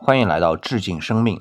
欢迎来到致敬生命。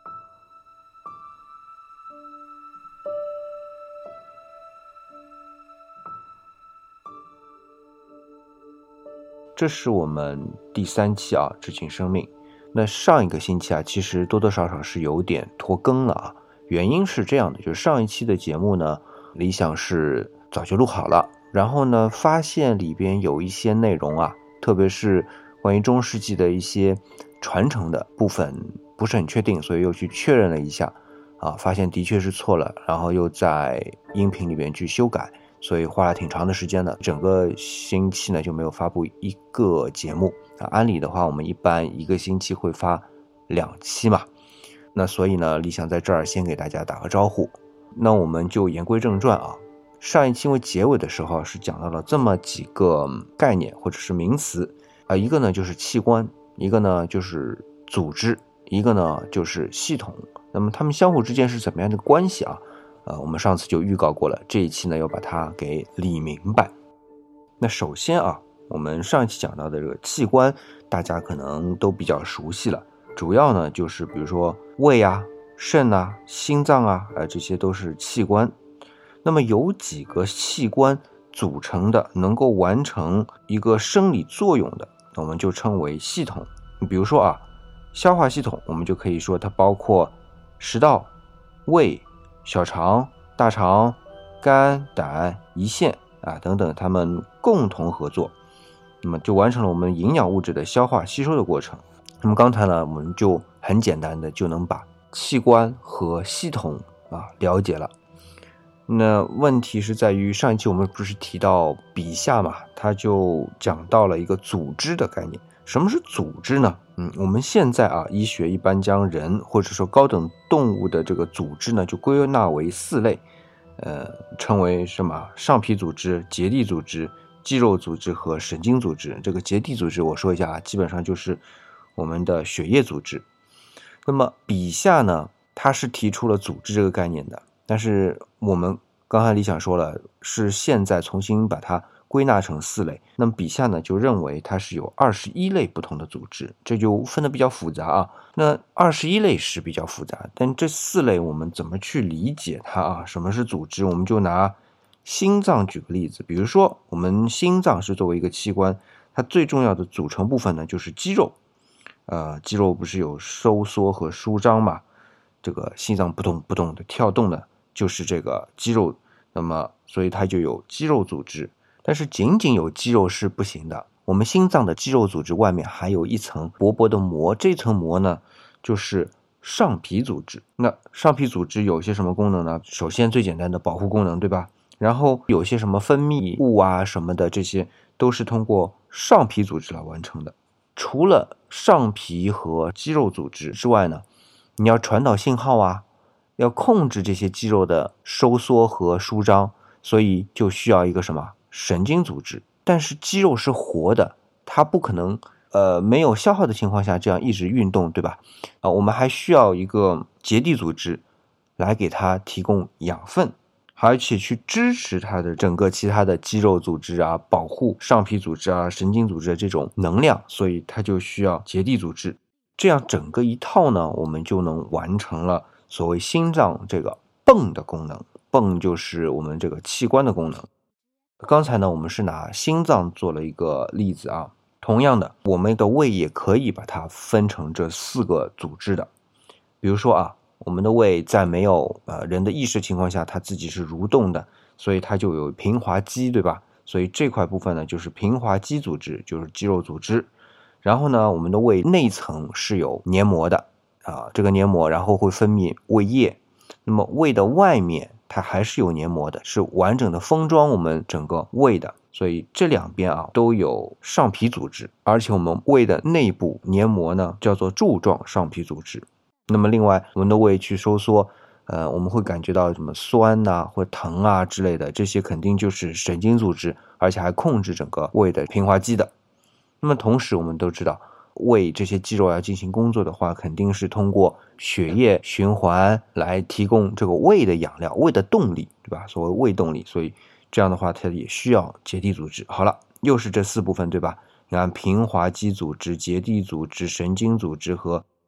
这是我们第3期致敬生命。那上一个星期其实多多少少是有点拖更了原因是这样的，就是上一期的节目呢，理想是早就录好了，然后呢发现里边有一些内容特别是关于中世纪的一些传承的部分不是很确定，所以又去确认了一下发现的确是错了，然后又在音频里边去修改，所以花了挺长的时间的，整个星期呢就没有发布一个节目按理的话我们一般一个星期会发2期嘛，那所以呢理想在这儿先给大家打个招呼。那我们就言归正传上一期因为结尾的时候是讲到了这么几个概念或者是名词一个呢就是器官，一个呢就是组织，一个呢就是系统。那么它们相互之间是怎么样的关系我们上次就预告过了，这一期呢要把它给理明白。那首先我们上一期讲到的这个器官大家可能都比较熟悉了，主要呢就是比如说胃肾心脏这些都是器官。那么有几个器官组成的能够完成一个生理作用的，我们就称为系统。比如说消化系统，我们就可以说它包括食道、胃、小肠、大肠、肝、胆、胰腺等等，它们共同合作，那么就完成了我们营养物质的消化吸收的过程。那么刚才呢我们就很简单的就能把器官和系统了解了。那问题是在于上一期我们不是提到笔下嘛，他就讲到了一个组织的概念。什么是组织呢？我们现在医学一般将人或者说高等动物的这个组织呢就归纳为4类，称为什么？上皮组织、结缔组织、肌肉组织和神经组织。这个结缔组织我说一下基本上就是我们的血液组织。那么笔下呢他是提出了组织这个概念的，但是我们刚才理想说了是现在重新把它归纳成4类，那么笔下呢就认为它是有21类不同的组织，这就分得比较复杂那21类是比较复杂，但这4类我们怎么去理解它什么是组织？我们就拿心脏举个例子，比如说我们心脏是作为一个器官，它最重要的组成部分呢就是肌肉。肌肉不是有收缩和舒张嘛？这个心脏不动不动的跳动呢就是这个肌肉，那么所以它就有肌肉组织。但是仅仅有肌肉是不行的，我们心脏的肌肉组织外面还有一层薄薄的膜，这层膜呢就是上皮组织。那上皮组织有些什么功能呢？首先最简单的保护功能，对吧？然后有些什么分泌物什么的，这些都是通过上皮组织来完成的。除了上皮和肌肉组织之外呢，你要传导信号要控制这些肌肉的收缩和舒张，所以就需要一个什么？神经组织。但是肌肉是活的，它不可能没有消耗的情况下这样一直运动，对吧？我们还需要一个结缔组织来给它提供养分，而且去支持它的整个其他的肌肉组织保护上皮组织神经组织的这种能量，所以它就需要结缔组织。这样整个一套呢，我们就能完成了所谓心脏这个泵的功能。泵就是我们这个器官的功能。刚才呢我们是拿心脏做了一个例子同样的我们的胃也可以把它分成这4个组织的。比如说我们的胃在没有人的意识情况下它自己是蠕动的，所以它就有平滑肌，对吧？所以这块部分呢就是平滑肌组织，就是肌肉组织。然后呢我们的胃内层是有黏膜的这个黏膜然后会分泌胃液，那么胃的外面它还是有黏膜的，是完整的封装我们整个胃的。所以这两边都有上皮组织，而且我们胃的内部黏膜呢叫做柱状上皮组织。那么另外我们的胃去收缩我们会感觉到什么酸或疼之类的，这些肯定就是神经组织，而且还控制整个胃的平滑肌的。那么同时我们都知道胃这些肌肉要进行工作的话，肯定是通过血液循环来提供这个胃的养料，胃的动力，对吧？所谓胃动力，所以这样的话它也需要结缔组织。好了，又是这4部分，对吧？你看平滑肌组织、结缔组织、神经组织和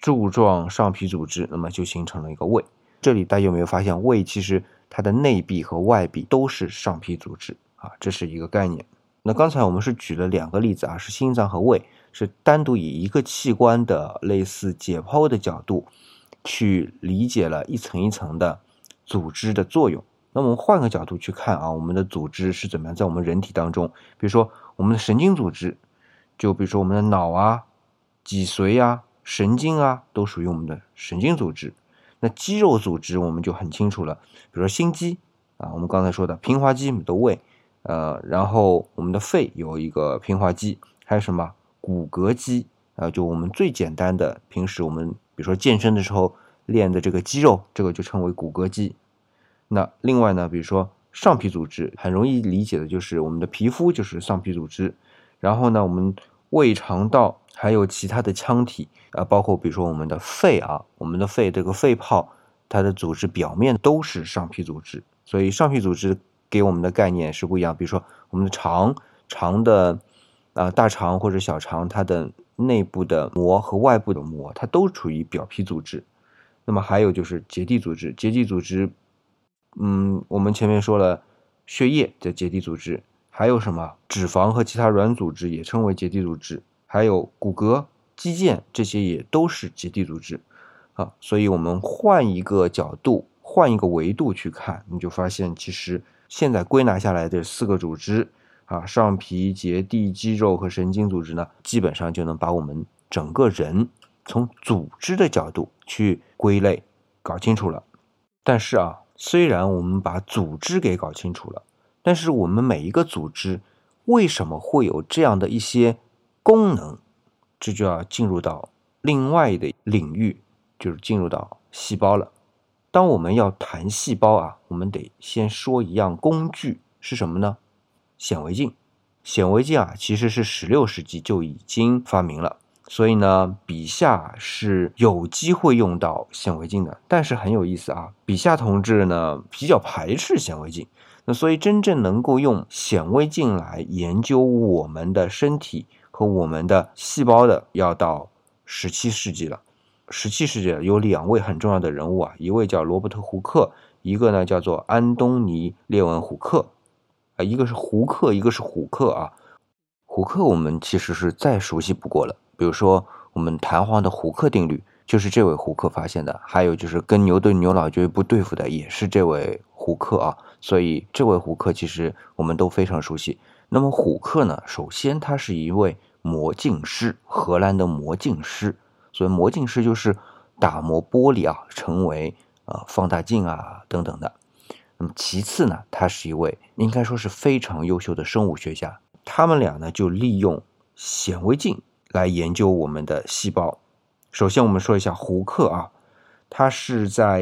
柱状上皮组织，那么就形成了一个胃。这里大家有没有发现，胃其实它的内壁和外壁都是上皮组织啊，这是一个概念。那刚才我们是举了2个例子啊，是心脏和胃，是单独以一个器官的类似解剖的角度去理解了一层一层的组织的作用。那我们换个角度去看啊，我们的组织是怎么样在我们人体当中，比如说我们的神经组织，就比如说我们的脑啊、脊髓啊、神经啊，都属于我们的神经组织。那肌肉组织我们就很清楚了，比如说心肌啊，我们刚才说的平滑肌的胃，然后我们的肺有一个平滑肌，还有什么骨骼肌就我们最简单的，平时我们比如说健身的时候练的这个肌肉，这个就称为骨骼肌。那另外呢，比如说上皮组织，很容易理解的就是我们的皮肤就是上皮组织，然后呢，我们胃肠道还有其他的腔体包括比如说我们的肺啊，我们的肺这个肺泡，它的组织表面都是上皮组织，所以上皮组织给我们的概念是不一样。比如说我们的肠的大肠或者小肠，它的内部的膜和外部的膜，它都处于表皮组织。那么还有就是结缔组织，结缔组织我们前面说了血液的结缔组织，还有什么脂肪和其他软组织也称为结缔组织，还有骨骼、肌腱，这些也都是结缔组织所以我们换一个角度，换一个维度去看，你就发现其实现在归纳下来的4个组织上皮、结缔、肌肉和神经组织呢，基本上就能把我们整个人从组织的角度去归类搞清楚了。但是虽然我们把组织给搞清楚了，但是我们每一个组织为什么会有这样的一些功能，这就要进入到另外的领域，就是进入到细胞了。当我们要谈细胞我们得先说一样工具是什么呢？显微镜。显微镜其实是16世纪就已经发明了，所以呢，笔下是有机会用到显微镜的。但是很有意思笔下同志呢比较排斥显微镜，那所以真正能够用显微镜来研究我们的身体和我们的细胞的，要到17世纪了。17世纪有2位很重要的人物一位叫罗伯特·胡克，一个呢叫做安东尼·列文·胡克一个是胡克，一个是虎克胡克我们其实是再熟悉不过了，比如说我们弹簧的胡克定律就是这位胡克发现的，还有就是跟牛顿牛老爵不对付的也是这位胡克所以这位胡克其实我们都非常熟悉。那么虎克呢，首先他是一位魔镜师，荷兰的魔镜师，所以魔镜师就是打磨玻璃成为放大镜等等的。那么其次呢，他是一位应该说是非常优秀的生物学家，他们俩呢就利用显微镜来研究我们的细胞。首先我们说一下胡克他是在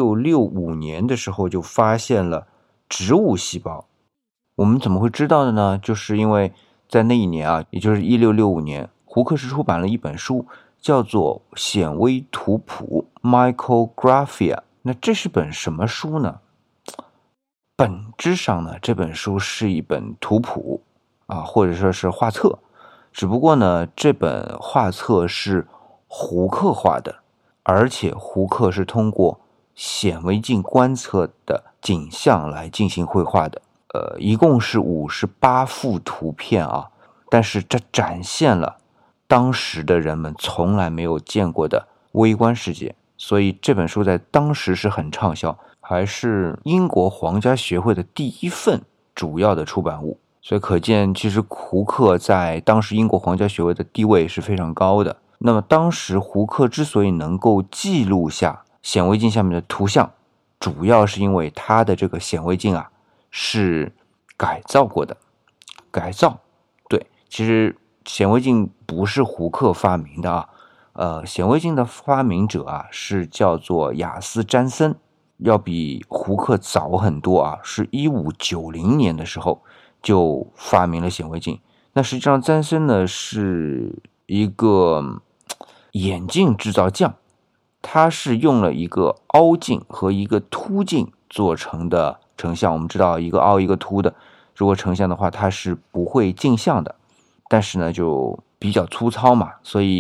1665年的时候就发现了植物细胞。我们怎么会知道的呢？就是因为在那一年也就是1665年，胡克是出版了一本书，叫做《显微图谱》 Micrographia。 那这是本什么书呢？本质上呢，这本书是一本图谱或者说是画册，只不过呢，这本画册是胡克画的，而且胡克是通过显微镜观测的景象来进行绘画的。一共是58幅图片但是这展现了当时的人们从来没有见过的微观世界，所以这本书在当时是很畅销，还是英国皇家学会的第1份主要的出版物。所以可见其实胡克在当时英国皇家学会的地位是非常高的。那么当时胡克之所以能够记录下显微镜下面的图像，主要是因为他的这个显微镜是改造过的。改造，对，其实显微镜不是胡克发明的显微镜的发明者是叫做雅斯·詹森，要比胡克早很多是1590年的时候就发明了显微镜。那实际上詹森呢是一个眼镜制造匠，他是用了一个凹镜和一个凸镜做成的成像。我们知道一个凹一个凸的，如果成像的话它是不会镜像的，但是呢就比较粗糙嘛，所以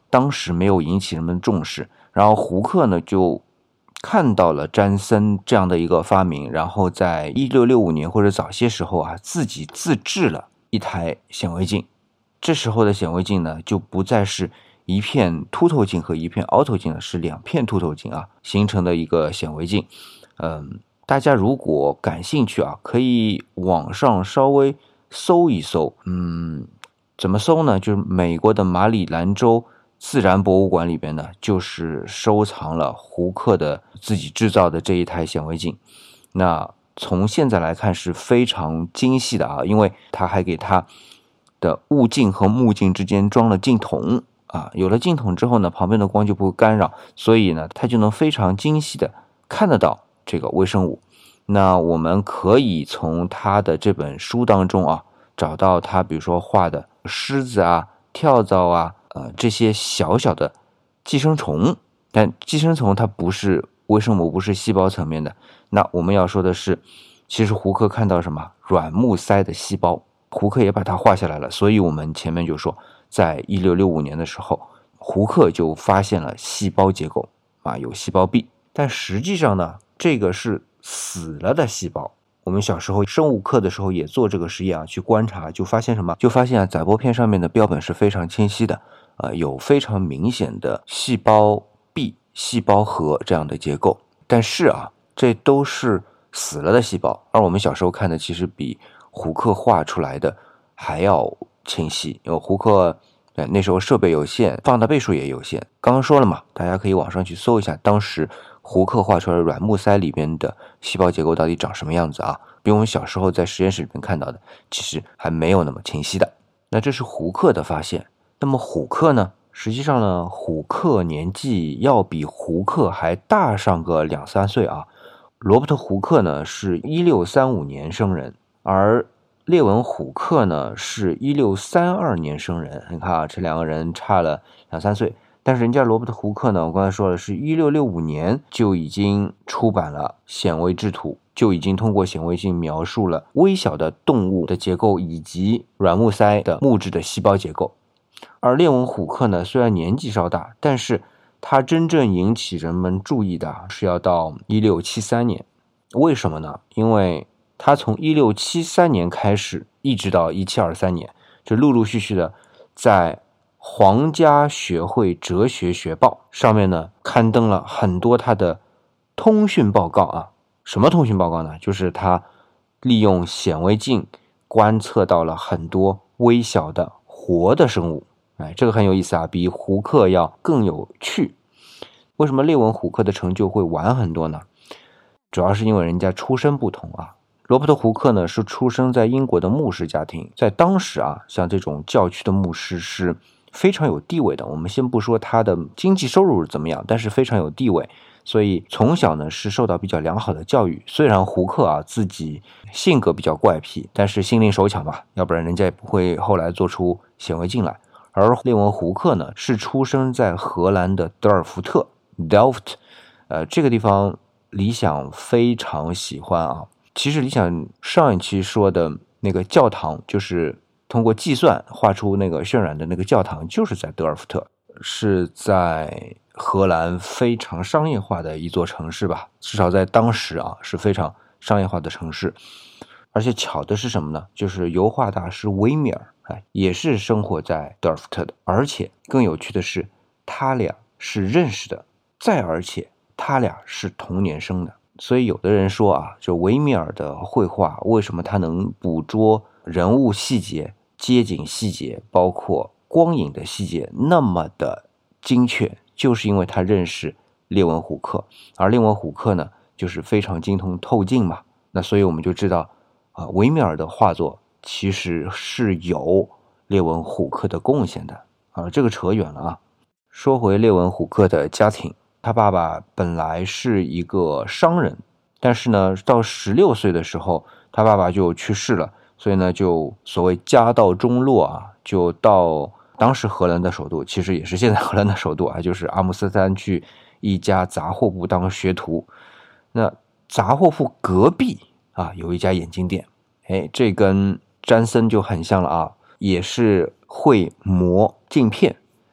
当时没有引起人们重视，然后胡克呢就看到了詹森这样的一个发明，然后在1665年或者早些时候啊，自己自制了一台显微镜。这时候的显微镜呢，就不再是一片凸透镜和一片凹透镜了，是2片凸透镜啊形成的一个显微镜。大家如果感兴趣啊，可以网上稍微搜一搜。怎么搜呢？就是美国的马里兰州自然博物馆里边呢，就是收藏了胡克的自己制造的这一台显微镜。那从现在来看是非常精细的啊，因为他还给他的物镜和目镜之间装了镜筒啊，有了镜筒之后呢，旁边的光就不会干扰，所以呢，它就能非常精细的看得到这个微生物。那我们可以从他的这本书当中啊，找到他比如说画的狮子啊、跳蚤啊，这些小小的寄生虫。但寄生虫它不是微生物，不是细胞层面的。那我们要说的是，其实胡克看到什么？软木塞的细胞，胡克也把它画下来了。所以我们前面就说，在1665年的时候，胡克就发现了细胞结构啊，有细胞壁。但实际上呢，这个是死了的细胞。我们小时候生物课的时候也做这个实验啊，去观察，就发现什么？就发现载玻片上面的标本是非常清晰的，有非常明显的细胞壁、细胞核这样的结构。但是啊，这都是死了的细胞，而我们小时候看的其实比胡克画出来的还要清晰，因为胡克那时候设备有限，放大倍数也有限。刚刚说了嘛，大家可以网上去搜一下，当时胡克画出来的软木塞里边的细胞结构到底长什么样子啊？比我们小时候在实验室里面看到的其实还没有那么清晰的。那这是胡克的发现。那么虎克呢？实际上呢，虎克年纪要比胡克还大上个2-3岁啊。罗伯特·胡克呢是1635年生人，而列文·虎克呢是1632年生人。你看啊，这2个人差了2-3岁。但是人家罗伯特·胡克呢，我刚才说了，是1665年就已经出版了显微制图，就已经通过显微镜描述了微小的动物的结构以及软木塞的木质的细胞结构。而列文·虎克呢，虽然年纪稍大，但是他真正引起人们注意的是要到1673年。为什么呢？因为他从1673年开始一直到1723年，就陆陆续续的在皇家学会哲学学报上面呢刊登了很多他的通讯报告啊。什么通讯报告呢？就是他利用显微镜观测到了很多微小的活的生物。这个很有意思啊，比胡克要更有趣。为什么列文·虎克的成就会晚很多呢？主要是因为人家出身不同啊。罗伯特·胡克呢是出生在英国的牧师家庭，在当时啊，像这种教区的牧师是非常有地位的。我们先不说他的经济收入怎么样，但是非常有地位，所以从小呢是受到比较良好的教育。虽然胡克啊自己性格比较怪癖，但是心灵手巧嘛，要不然人家也不会后来做出显微镜来。而列文·胡克呢是出生在荷兰的德尔福特 Delft， 这个地方理想非常喜欢啊。其实理想上一期说的那个教堂，就是通过计算画出那个渲染的那个教堂，就是在德尔福特，是在荷兰非常商业化的一座城市吧，至少在当时啊是非常商业化的城市。而且巧的是什么呢？就是油画大师维米尔也是生活在德尔福特的，而且更有趣的是他俩是认识的，再而且他俩是同年生的。所以有的人说啊，就维米尔的绘画为什么他能捕捉人物细节、街景细节，包括光影的细节那么的精确，就是因为他认识列文·虎克。而列文·虎克呢就是非常精通透镜嘛，那所以我们就知道维米尔的画作其实是有列文·虎克的贡献的这个扯远了啊。说回列文·虎克的家庭，他爸爸本来是一个商人，但是呢到16岁的时候他爸爸就去世了，所以呢就所谓家道中落啊，就到当时荷兰的首都，其实也是现在荷兰的首都啊，就是阿姆斯特丹去一家杂货铺当学徒。那杂货铺隔壁有一家眼镜店，这跟詹森就很像了啊，也是会磨镜片。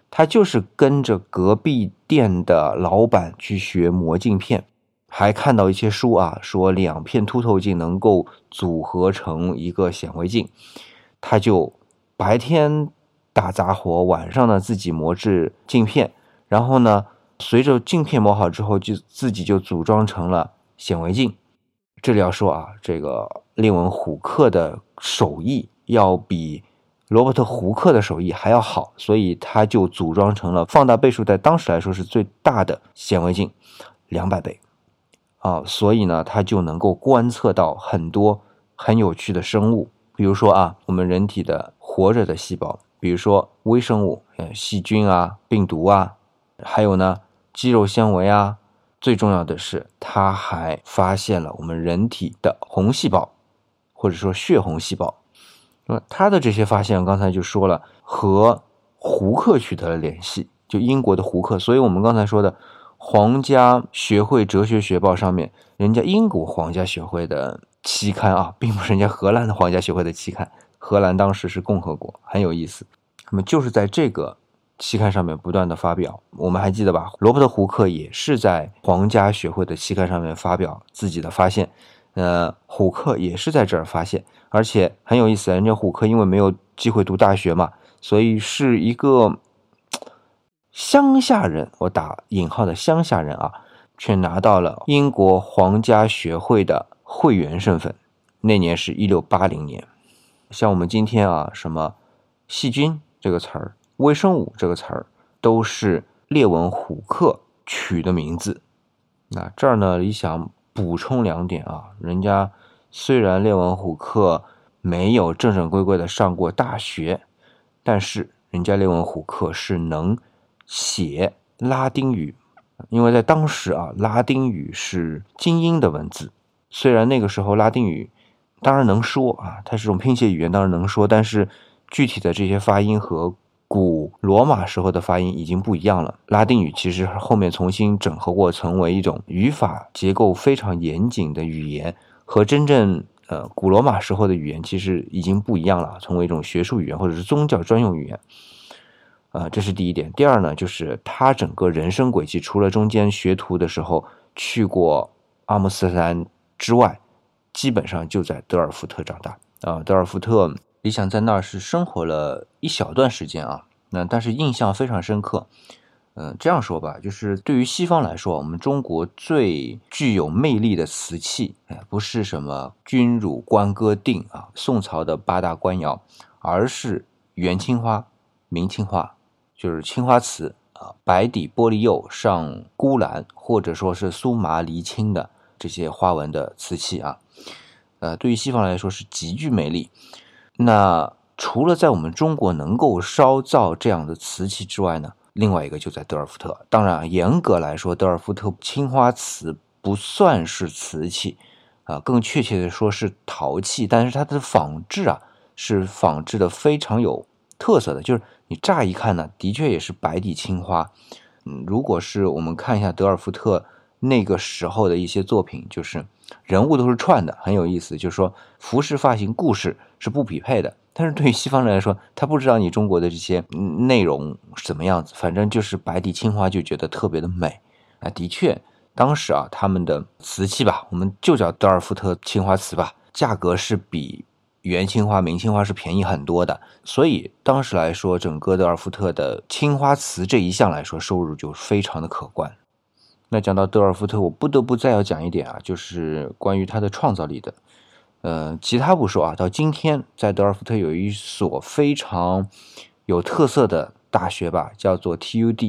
他就是跟着隔壁店的老板去学磨镜片，还看到一些书啊，说2片凸透镜能够组合成一个显微镜，他就白天打杂活，晚上呢自己磨制镜片，然后呢随着镜片磨好之后，自己就组装成了显微镜。这里要说啊，这个列文虎克的手艺要比罗伯特胡克的手艺还要好，所以他就组装成了放大倍数在当时来说是最大的显微镜，200倍啊，所以呢他就能够观测到很多很有趣的生物，比如说啊我们人体的活着的细胞，比如说微生物，细菌啊、病毒啊，还有呢肌肉纤维啊，最重要的是他还发现了我们人体的红细胞或者说血红细胞。他的这些发现刚才就说了和胡克取得了联系，就英国的胡克，所以我们刚才说的皇家学会哲学学报上面，人家英国皇家学会的期刊啊，并不是人家荷兰的皇家学会的期刊，荷兰当时是共和国，很有意思。那么就是在这个期刊上面不断的发表，我们还记得吧，罗伯特胡克也是在皇家学会的期刊上面发表自己的发现，虎克也是在这儿发现，而且很有意思，人家虎克因为没有机会读大学嘛，所以是一个乡下人，我打引号的乡下人啊，却拿到了英国皇家学会的会员身份。那年是1680年。像我们今天啊，什么细菌这个词儿、微生物这个词儿，都是列文虎克取的名字。那这儿呢，李想补充2点啊，人家虽然列文虎克没有正正规规的上过大学，但是人家列文虎克是能写拉丁语，因为在当时啊，拉丁语是精英的文字。虽然那个时候拉丁语当然能说啊，它是种拼写语言，当然能说，但是具体的这些发音和古罗马时候的发音已经不一样了。拉丁语其实后面重新整合过，成为一种语法结构非常严谨的语言，和真正古罗马时候的语言其实已经不一样了，成为一种学术语言或者是宗教专用语言。这是第一点。第二呢，就是他整个人生轨迹，除了中间学徒的时候去过阿姆斯特丹之外，基本上就在德尔福特长大啊。德尔福特，李想在那儿是生活了一小段时间啊，但是印象非常深刻。这样说吧，就是对于西方来说，我们中国最具有魅力的瓷器，不是什么君汝关歌定啊，宋朝的8大官窑，而是元青花、明青花，就是青花瓷啊，白底玻璃釉上钴蓝或者说是苏麻离青的这些花纹的瓷器啊，对于西方来说是极具魅力。那除了在我们中国能够烧造这样的瓷器之外呢，另外一个就在德尔福特。当然严格来说，德尔福特青花瓷不算是瓷器更确切的说是陶器，但是它的仿制啊是仿制的非常有特色的，就是你乍一看呢，的确也是白底青花。如果是我们看一下德尔福特那个时候的一些作品，就是人物都是串的，很有意思，就是说服饰、发型、故事是不匹配的。但是对于西方人来说，他不知道你中国的这些内容怎么样子，反正就是白底青花就觉得特别的美。的确当时啊他们的瓷器吧，我们就叫德尔福特青花瓷吧，价格是比元青花、明青花是便宜很多的，所以当时来说，整个德尔福特的青花瓷这一项来说，收入就非常的可观。那讲到德尔福特，我不得不再要讲一点啊，就是关于它的创造力的。其他不说啊，到今天在德尔福特有一所非常有特色的大学吧，叫做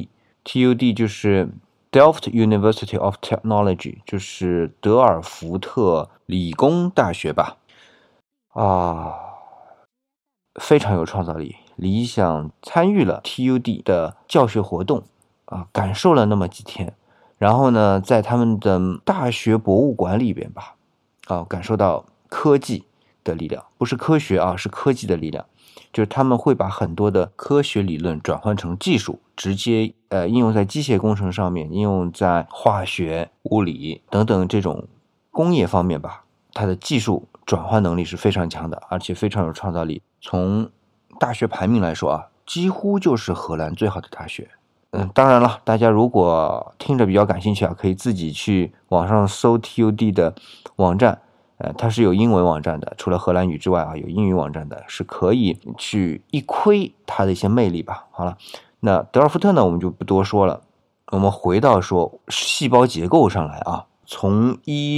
TUD。TUD 就是 Delft University of Technology， 就是德尔福特理工大学吧。非常有创造力。李想参与了 TUD 的教学活动感受了那么几天，然后呢，在他们的大学博物馆里边吧，感受到科技的力量，不是科学是科技的力量，就是他们会把很多的科学理论转换成技术，直接应用在机械工程上面，应用在化学、物理等等这种工业方面吧，它的技术转换能力是非常强的，而且非常有创造力。从大学排名来说几乎就是荷兰最好的大学。当然了，大家如果听着比较感兴趣啊，可以自己去网上搜 TUD 的网站，它是有英文网站的，除了荷兰语之外啊，有英语网站的，是可以去一窥它的一些魅力吧。好了，那德尔福特呢，我们就不多说了。我们回到说细胞结构上来啊，从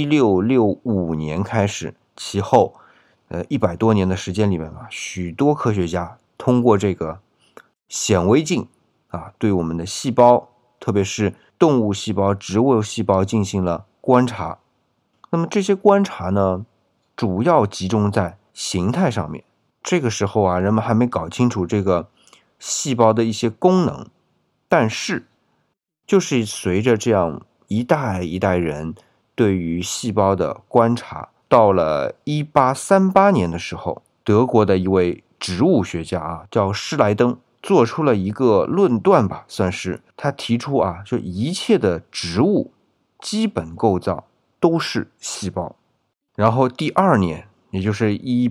1665年开始，其后100多年的时间里面吧，许多科学家通过这个显微镜啊，对我们的细胞，特别是动物细胞、植物细胞进行了观察。那么这些观察呢，主要集中在形态上面。这个时候啊，人们还没搞清楚这个细胞的一些功能，但是就是随着这样一代一代人对于细胞的观察，到了1838年的时候，德国的一位植物学家啊，叫施莱登，做出了一个论断吧，算是他提出啊，就一切的植物基本构造都是细胞。然后第二年，也就是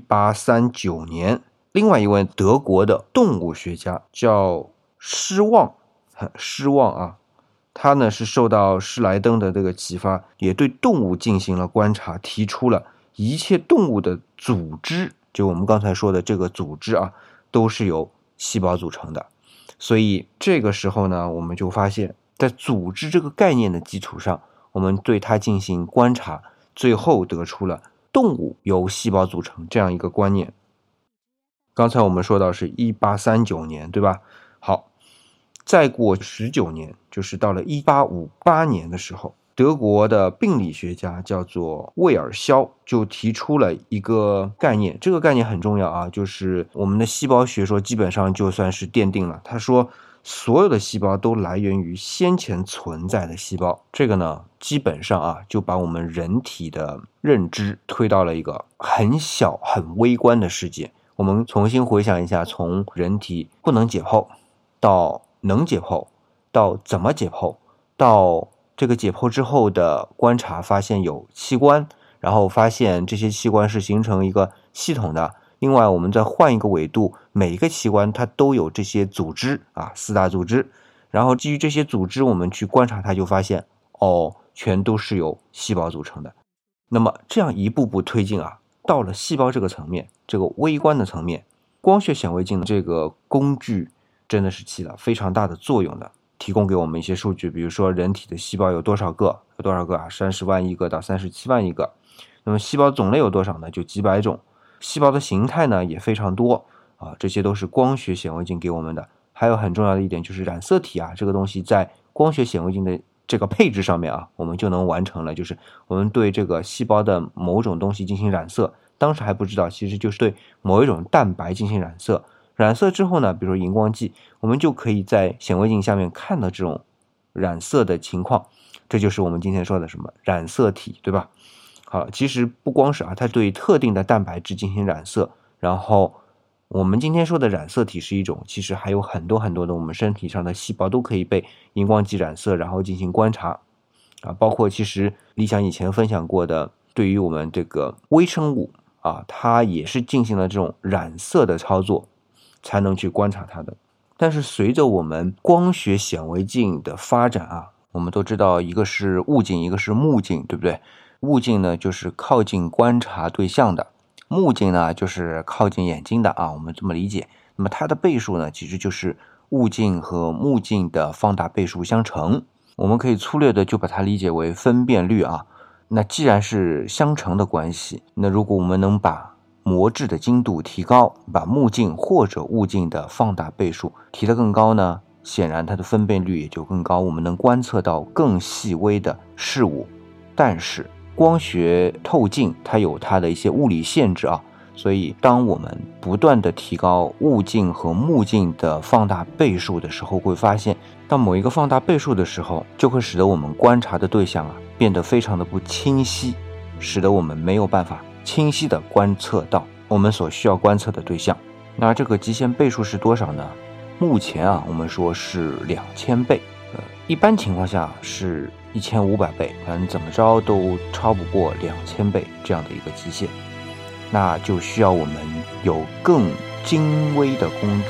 1839年，另外一位德国的动物学家叫施旺啊，他呢是受到施莱登的这个启发，也对动物进行了观察，提出了一切动物的组织，就我们刚才说的这个组织啊，都是由细胞组成的。所以这个时候呢，我们就发现在组织这个概念的基础上，我们对它进行观察，最后得出了动物由细胞组成这样一个观念。刚才我们说到是1839年，对吧？好，再过19年，就是到了1858年的时候，德国的病理学家叫做魏尔肖，就提出了一个概念，这个概念很重要啊，就是我们的细胞学说基本上就算是奠定了。他说所有的细胞都来源于先前存在的细胞，这个呢基本上啊就把我们人体的认知推到了一个很小很微观的世界。我们重新回想一下，从人体不能解剖到能解剖，到怎么解剖，到这个解剖之后的观察，发现有器官，然后发现这些器官是形成一个系统的。另外我们再换一个维度，每一个器官它都有这些组织啊，4大组织，然后基于这些组织我们去观察它，就发现全都是由细胞组成的。那么这样一步步推进啊，到了细胞这个层面，这个微观的层面，光学显微镜的这个工具真的是起了非常大的作用的，提供给我们一些数据，比如说人体的细胞有多少个啊，30万亿个到37万亿个。那么细胞种类有多少呢？就几百种。细胞的形态呢也非常多啊，这些都是光学显微镜给我们的。还有很重要的一点就是染色体啊，这个东西在光学显微镜的这个配置上面啊，我们就能完成了，就是我们对这个细胞的某种东西进行染色，当时还不知道，其实就是对某一种蛋白进行染色。染色之后呢，比如说荧光剂，我们就可以在显微镜下面看到这种染色的情况，这就是我们今天说的什么染色体，对吧？好，其实不光是它对特定的蛋白质进行染色，然后我们今天说的染色体是一种，其实还有很多很多的我们身体上的细胞都可以被荧光剂染色，然后进行观察啊，包括其实理想以前分享过的，对于我们这个微生物啊，它也是进行了这种染色的操作，才能去观察它的。但是随着我们光学显微镜的发展啊，我们都知道一个是物镜，一个是目镜，对不对？物镜呢就是靠近观察对象的，目镜呢就是靠近眼睛的啊，我们这么理解。那么它的倍数呢，其实就是物镜和目镜的放大倍数相乘，我们可以粗略的就把它理解为分辨率啊。那既然是相乘的关系，那如果我们能把模质的精度提高，把目镜或者物镜的放大倍数提得更高呢，显然它的分辨率也就更高，我们能观测到更细微的事物。但是光学透镜它有它的一些物理限制啊，所以当我们不断的提高物镜和目镜的放大倍数的时候，会发现到某一个放大倍数的时候，就会使得我们观察的对象变得非常的不清晰，使得我们没有办法清晰的观测到我们所需要观测的对象。那这个极限倍数是多少呢？目前我们说是2000倍，一般情况下是1500倍，反正怎么着都超不过2000倍这样的一个极限。那就需要我们有更精微的工具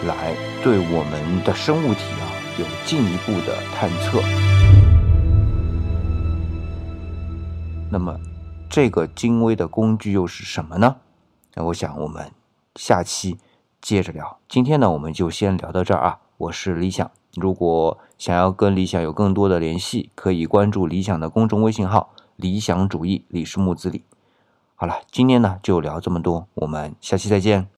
来对我们的生物体有进一步的探测。那么这个精微的工具又是什么呢？我想我们下期接着聊。今天呢，我们就先聊到这儿我是理想，如果想要跟理想有更多的联系，可以关注理想的公众微信号理想主义，理是木子李。好了，今天呢就聊这么多，我们下期再见。